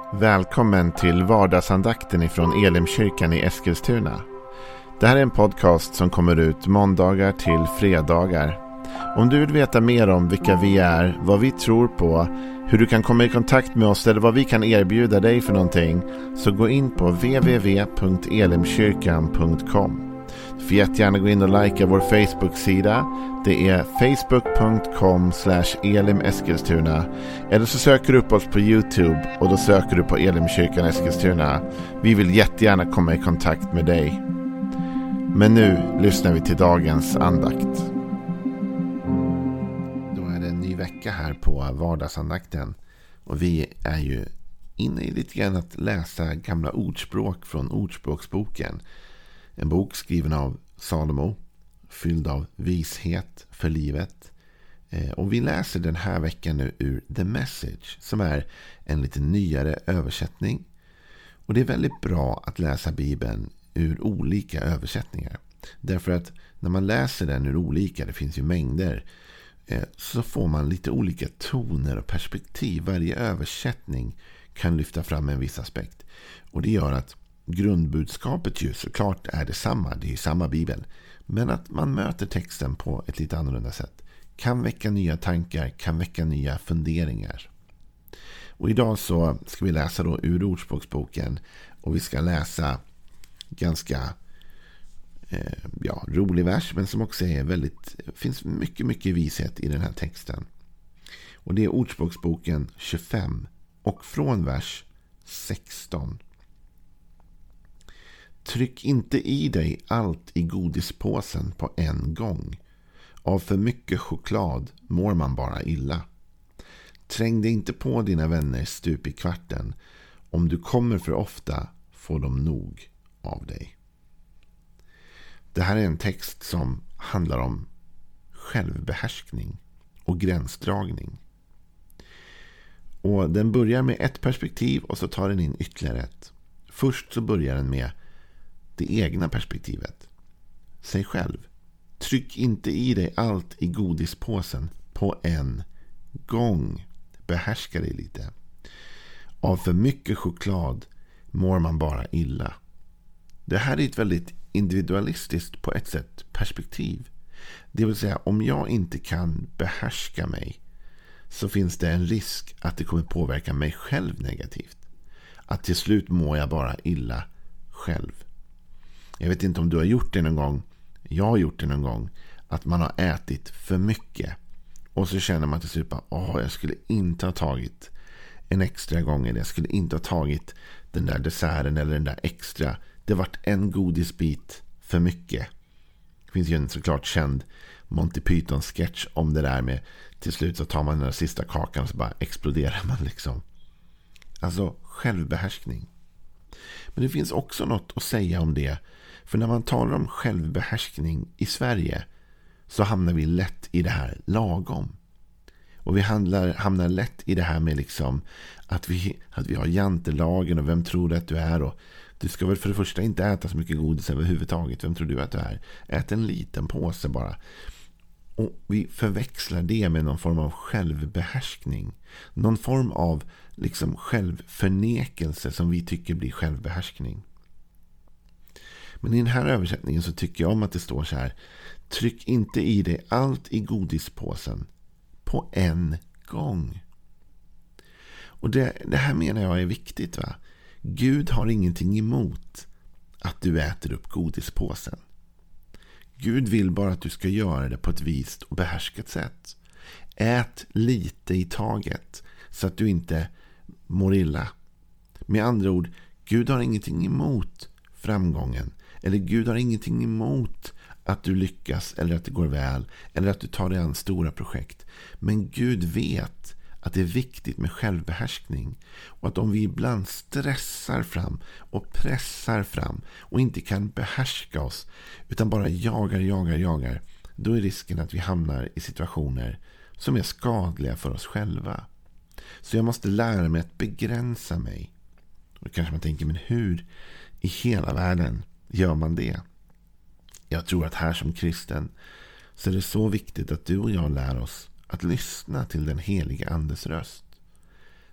Välkommen till vardagsandakten ifrån Elimkyrkan i Eskilstuna. Det här är en podcast som kommer ut måndagar till fredagar. Om du vill veta mer om vilka vi är, vad vi tror på, hur du kan komma i kontakt med oss eller vad vi kan erbjuda dig för någonting, så gå in på www.elimkyrkan.com. Du får jättegärna gå in och likea vår Facebook-sida. Det är facebook.com/elimeskilstuna. Eller så söker du upp oss på YouTube och då söker du på Elimkyrkan Eskilstuna. Vi vill jättegärna komma i kontakt med dig. Men nu lyssnar vi till dagens andakt. Då är det en ny vecka här på vardagsandakten. Och vi är ju inne i lite grann att läsa gamla ordspråk från Ordspråksboken. En bok skriven av Salomo, fylld av vishet för livet. Och vi läser den här veckan nu ur The Message, som är en lite nyare översättning. Och det är väldigt bra att läsa Bibeln ur olika översättningar. Därför att när man läser den ur olika, det finns ju mängder, så får man lite olika toner och perspektiv. Varje översättning kan lyfta fram en viss aspekt. Och det gör att grundbudskapet ju såklart är detsamma, det är samma bibel, men att man möter texten på ett lite annorlunda sätt kan väcka nya tankar, kan väcka nya funderingar. Och idag så ska vi läsa då ur Ordspråksboken, och vi ska läsa ganska rolig vers, men som också är finns mycket vishet i den här texten. Och det är Ordspråksboken 25 och från vers 16. Tryck inte i dig allt i godispåsen på en gång. Av för mycket choklad mår man bara illa. Träng dig inte på dina vänner stup i kvarten. Om du kommer för ofta får de nog av dig. Det här är en text som handlar om självbehärskning och gränsdragning. Och den börjar med ett perspektiv och så tar den in ytterligare ett. Först så börjar den med det egna perspektivet. Säg själv. Tryck inte i dig allt i godispåsen på en gång. Behärska dig lite. Av för mycket choklad mår man bara illa. Det här är ett väldigt individualistiskt på ett sätt perspektiv. Det vill säga, om jag inte kan behärska mig så finns det en risk att det kommer påverka mig själv negativt. Att till slut mår jag bara illa själv. Jag vet inte om du har gjort det någon gång. Jag har gjort det någon gång. Att man har ätit för mycket. Och så känner man till slut att jag skulle inte ha tagit en extra gång. Eller jag skulle inte ha tagit den där desserten eller den där extra. Det vart en godisbit för mycket. Det finns ju en såklart känd Monty Python-sketch om det där med till slut så tar man den där sista kakan och så bara exploderar man liksom. Alltså självbehärskning. Men det finns också något att säga om det. För när man talar om självbehärskning i Sverige så hamnar vi lätt i det här lagom. Och vi hamnar lätt i det här med liksom att vi har jantelagen och vem tror du att du är, och du ska väl för det första inte äta så mycket godis överhuvudtaget. Vem tror du att du är? Ät en liten påse bara. Och vi förväxlar det med någon form av självbehärskning. Någon form av liksom självförnekelse som vi tycker blir självbehärskning. Men i den här översättningen så tycker jag om att det står så här: tryck inte i dig allt i godispåsen på en gång. Och det här menar jag är viktigt, va? Gud har ingenting emot att du äter upp godispåsen. Gud vill bara att du ska göra det på ett vist och behärskat sätt. Ät lite i taget så att du inte mår illa. Med andra ord, Gud har ingenting emot framgången. Eller Gud har ingenting emot att du lyckas eller att det går väl. Eller att du tar dig an stora projekt. Men Gud vet att det är viktigt med självbehärskning. Och att om vi ibland stressar fram och pressar fram och inte kan behärska oss utan bara jagar, då är risken att vi hamnar i situationer som är skadliga för oss själva. Så jag måste lära mig att begränsa mig. Och då kanske man tänker, men hur i hela världen gör man det? Jag tror att här som kristen så är det så viktigt att du och jag lär oss att lyssna till den heliga andes röst.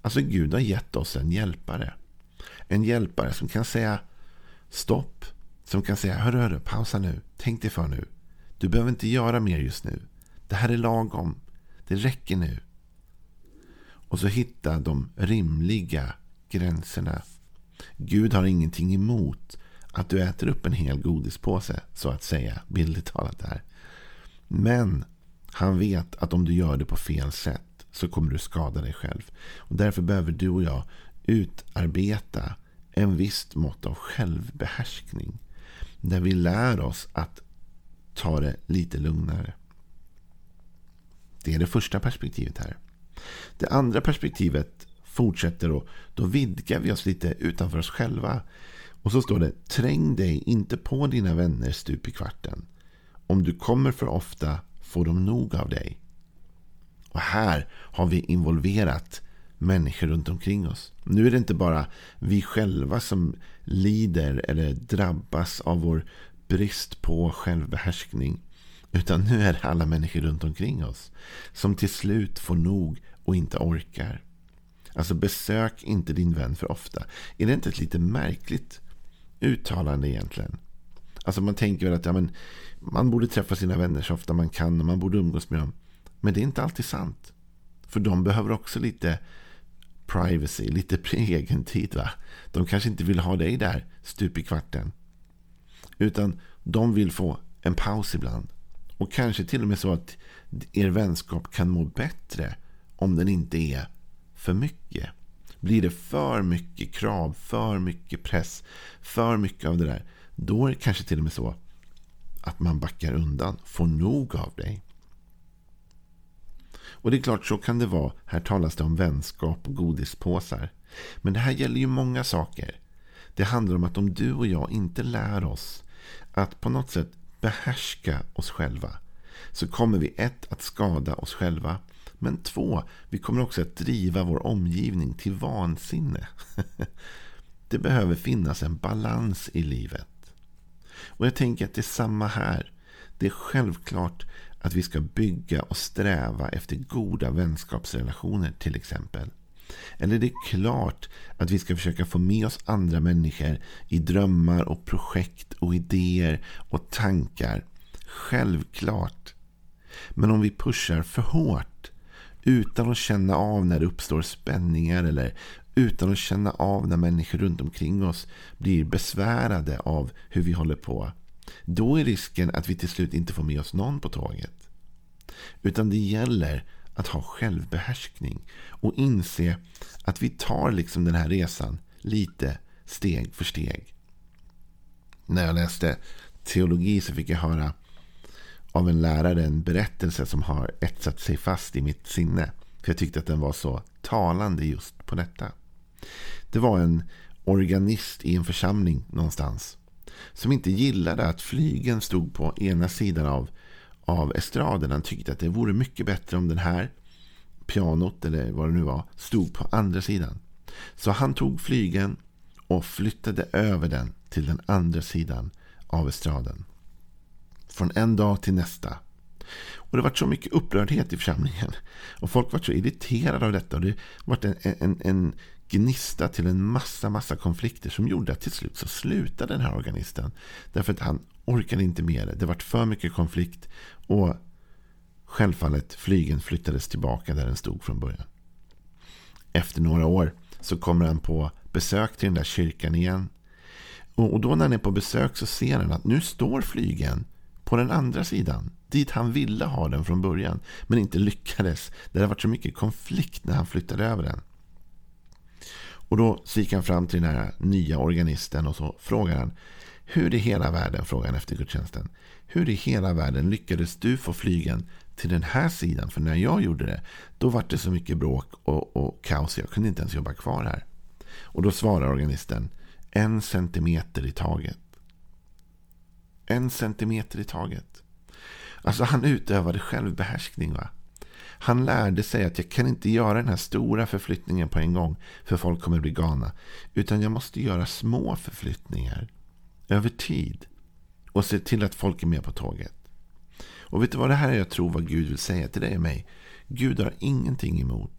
Alltså Gud har gett oss en hjälpare. En hjälpare som kan säga stopp. Som kan säga hörru, pausa nu. Tänk dig för nu. Du behöver inte göra mer just nu. Det här är lagom. Det räcker nu. Och så hitta de rimliga gränserna. Gud har ingenting emot att du äter upp en hel godispåse, så att säga, bildligt talat där. Men han vet att om du gör det på fel sätt så kommer du skada dig själv. Och därför behöver du och jag utarbeta en viss mått av självbehärskning. Där vi lär oss att ta det lite lugnare. Det är det första perspektivet här. Det andra perspektivet fortsätter och då vidgar vi oss lite utanför oss själva. Och så står det: träng dig inte på dina vänner stup i kvarten. Om du kommer för ofta får de nog av dig. Och här har vi involverat människor runt omkring oss. Nu är det inte bara vi själva som lider eller drabbas av vår brist på självbehärskning, utan nu är det alla människor runt omkring oss som till slut får nog och inte orkar. Alltså besök inte din vän för ofta. Är det inte ett lite märkligt uttalande egentligen? Alltså man tänker väl att man borde träffa sina vänner så ofta man kan och man borde umgås med dem. Men det är inte alltid sant. För de behöver också lite privacy, lite egen tid, va? De kanske inte vill ha dig där stup i kvarten. Utan de vill få en paus ibland. Och kanske till och med så att er vänskap kan må bättre om den inte är för mycket. Blir det för mycket krav, för mycket press, för mycket av det där, då är det kanske till och med så att man backar undan, får nog av dig. Och det är klart, så kan det vara. Här talas det om vänskap och godispåsar. Men det här gäller ju många saker. Det handlar om att om du och jag inte lär oss att på något sätt behärska oss själva, så kommer vi att skada oss själva. Men 2, vi kommer också att driva vår omgivning till vansinne. Det behöver finnas en balans i livet. Och jag tänker att det är samma här. Det är självklart att vi ska bygga och sträva efter goda vänskapsrelationer till exempel. Eller det är klart att vi ska försöka få med oss andra människor i drömmar och projekt och idéer och tankar. Självklart. Men om vi pushar för hårt utan att känna av när det uppstår spänningar eller utan att känna av när människor runt omkring oss blir besvärade av hur vi håller på, då är risken att vi till slut inte får med oss någon på tåget. Utan det gäller att ha självbehärskning och inse att vi tar liksom den här resan lite steg för steg. När jag läste teologi så fick jag höra av en lärare en berättelse som har etsat sig fast i mitt sinne. För jag tyckte att den var så talande just på detta. Det var en organist i en församling någonstans som inte gillade att flygeln stod på ena sidan av estraden. Han tyckte att det vore mycket bättre om den här pianot eller vad det nu var stod på andra sidan. Så han tog flygeln och flyttade över den till den andra sidan av estraden. Från en dag till nästa. Och det var så mycket upprördhet i församlingen. Och folk var så irriterade av detta. Och det var en gnista till en massa konflikter som gjorde att till slut så slutade den här organisten. Därför att han orkade inte mer. Det var för mycket konflikt. Och självfallet flygeln flyttades tillbaka där den stod från början. Efter några år så kommer han på besök till den där kyrkan igen. Och då när han är på besök så ser han att nu står flygeln på den andra sidan, dit han ville ha den från början, men inte lyckades. Det har varit så mycket konflikt när han flyttade över den. Och då gick han fram till den här nya organisten och så frågar han: hur i hela världen, frågar han efter gudstjänsten, hur i hela världen lyckades du få flygen till den här sidan? För när jag gjorde det, då var det så mycket bråk och kaos, jag kunde inte ens jobba kvar här. Och då svarar organisten: 1 centimeter i taget. 1 centimeter i taget. Alltså han utövade självbehärskning, va? Han lärde sig att jag kan inte göra den här stora förflyttningen på en gång för folk kommer bli galna. Utan jag måste göra små förflyttningar över tid och se till att folk är med på tåget. Och vet du vad, det här är jag tror vad Gud vill säga till dig och mig. Gud har ingenting emot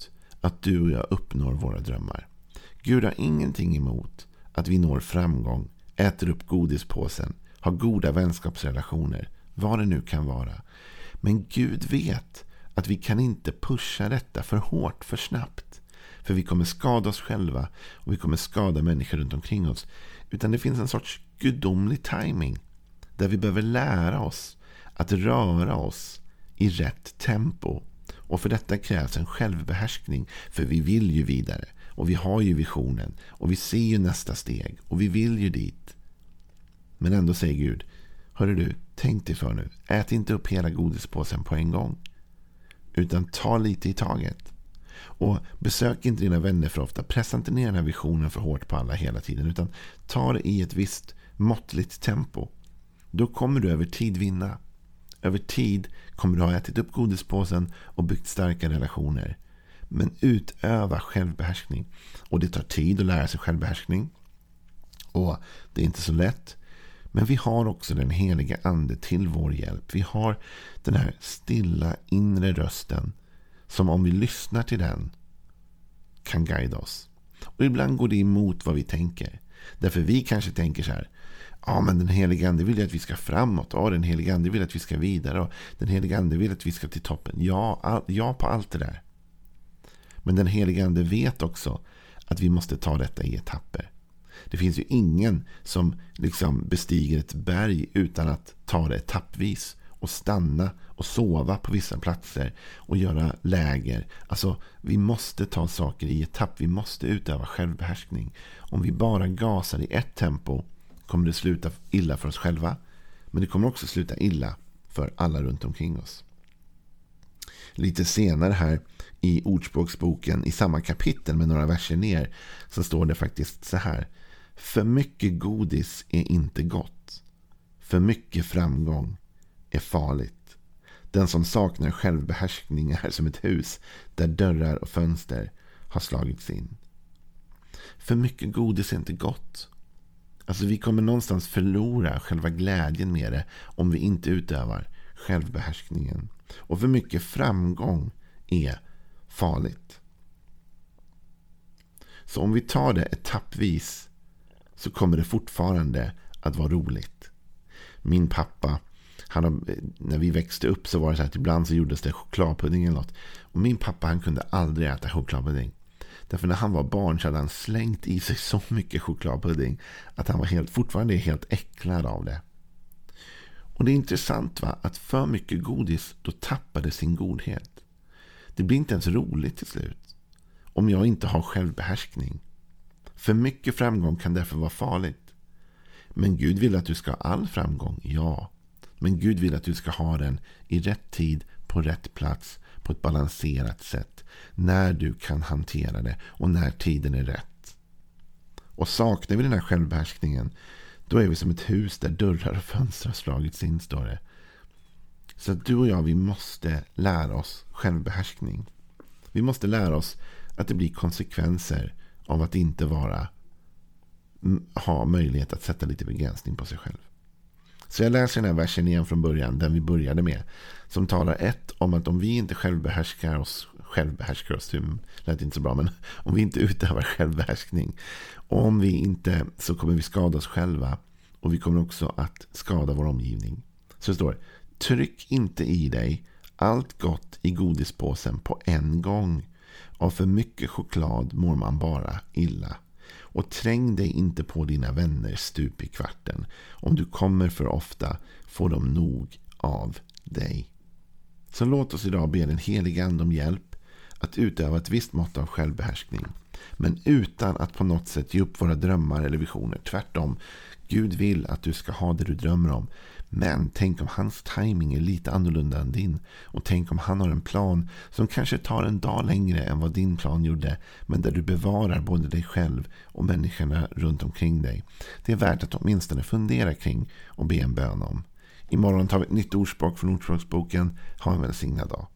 att du och jag uppnår våra drömmar. Gud har ingenting emot att vi når framgång, äter upp godispåsen, har goda vänskapsrelationer, vad det nu kan vara. Men Gud vet att vi kan inte pusha detta för hårt, för snabbt. För vi kommer skada oss själva och vi kommer skada människor runt omkring oss. Utan det finns en sorts gudomlig timing där vi behöver lära oss att röra oss i rätt tempo. Och för detta krävs en självbehärskning, för vi vill ju vidare och vi har ju visionen och vi ser ju nästa steg och vi vill ju dit. Men ändå säger Gud, hörru du, tänk dig för nu, ät inte upp hela godispåsen på en gång, utan ta lite i taget. Och besök inte dina vänner för ofta, pressa inte ner den här visionen för hårt på alla hela tiden, utan ta det i ett visst måttligt tempo. Då kommer du över tid vinna. Över tid kommer du ha ätit upp godispåsen och byggt starka relationer. Men utöva självbehärskning. Och det tar tid att lära sig självbehärskning. Och det är inte så lätt. Men vi har också den heliga ande till vår hjälp. Vi har den här stilla inre rösten som om vi lyssnar till den kan guida oss. Och ibland går det emot vad vi tänker. Därför vi kanske tänker så här: ja, men den heliga ande vill att vi ska framåt. Ja, den heliga ande vill att vi ska vidare. Och den heliga ande vill att vi ska till toppen. Ja på allt det där. Men den heliga ande vet också att vi måste ta detta i etapper. Det finns ju ingen som liksom bestiger ett berg utan att ta det etappvis och stanna och sova på vissa platser och göra läger. Alltså, vi måste ta saker i etapp. Vi måste utöva självbehärskning. Om vi bara gasar i ett tempo kommer det sluta illa för oss själva, men det kommer också sluta illa för alla runt omkring oss. Lite senare här i Ordspråksboken, i samma kapitel med några verser ner, så står det faktiskt så här: för mycket godis är inte gott, för mycket framgång är farligt. Den som saknar självbehärskning är som ett hus där dörrar och fönster har slagits in. För mycket godis är inte gott. Alltså, vi kommer någonstans förlora själva glädjen med det om vi inte utövar självbehärskningen. Och för mycket framgång är farligt. Så om vi tar det etappvis så kommer det fortfarande att vara roligt. Min pappa, när vi växte upp så var det så att ibland så gjordes det chokladpudding eller något. Och min pappa, han kunde aldrig äta chokladpudding. Därför när han var barn så hade han slängt i sig så mycket chokladpudding att han var fortfarande helt äcklad av det. Och det är intressant, va? Att för mycket godis, då tappade sin godhet. Det blir inte ens roligt till slut om jag inte har självbehärskning. För mycket framgång kan därför vara farligt. Men Gud vill att du ska ha all framgång, ja. Men Gud vill att du ska ha den i rätt tid, på rätt plats, på ett balanserat sätt. När du kan hantera det och när tiden är rätt. Och saknar vi den här självbehärskningen, då är vi som ett hus där dörrar och fönster har slagits in, står det. Så att du och jag, vi måste lära oss självbehärskning. Vi måste lära oss att det blir konsekvenser av att inte ha möjlighet att sätta lite begränsning på sig själv. Så jag läser den här versen igen från början, den vi började med, som talar om att om vi inte självbehärskar oss, lät inte så bra, men om vi inte utövar självbehärskning, och om vi inte, så kommer vi skada oss själva och vi kommer också att skada vår omgivning. Så det står: tryck inte i dig allt gott i godispåsen på en gång. Av för mycket choklad mår man bara illa. Och träng dig inte på dina vänner stup i kvarten. Om du kommer för ofta får de nog av dig. Så låt oss idag be den heliga ande om hjälp att utöva ett visst mått av självbehärskning. Men utan att på något sätt ge upp våra drömmar eller visioner. Tvärtom, Gud vill att du ska ha det du drömmer om. Men tänk om hans timing är lite annorlunda än din. Och tänk om han har en plan som kanske tar en dag längre än vad din plan gjorde. Men där du bevarar både dig själv och människorna runt omkring dig. Det är värt att åtminstone fundera kring och be en bön om. Imorgon tar vi ett nytt ordspråk från Ordspråksboken. Ha en välsignad dag.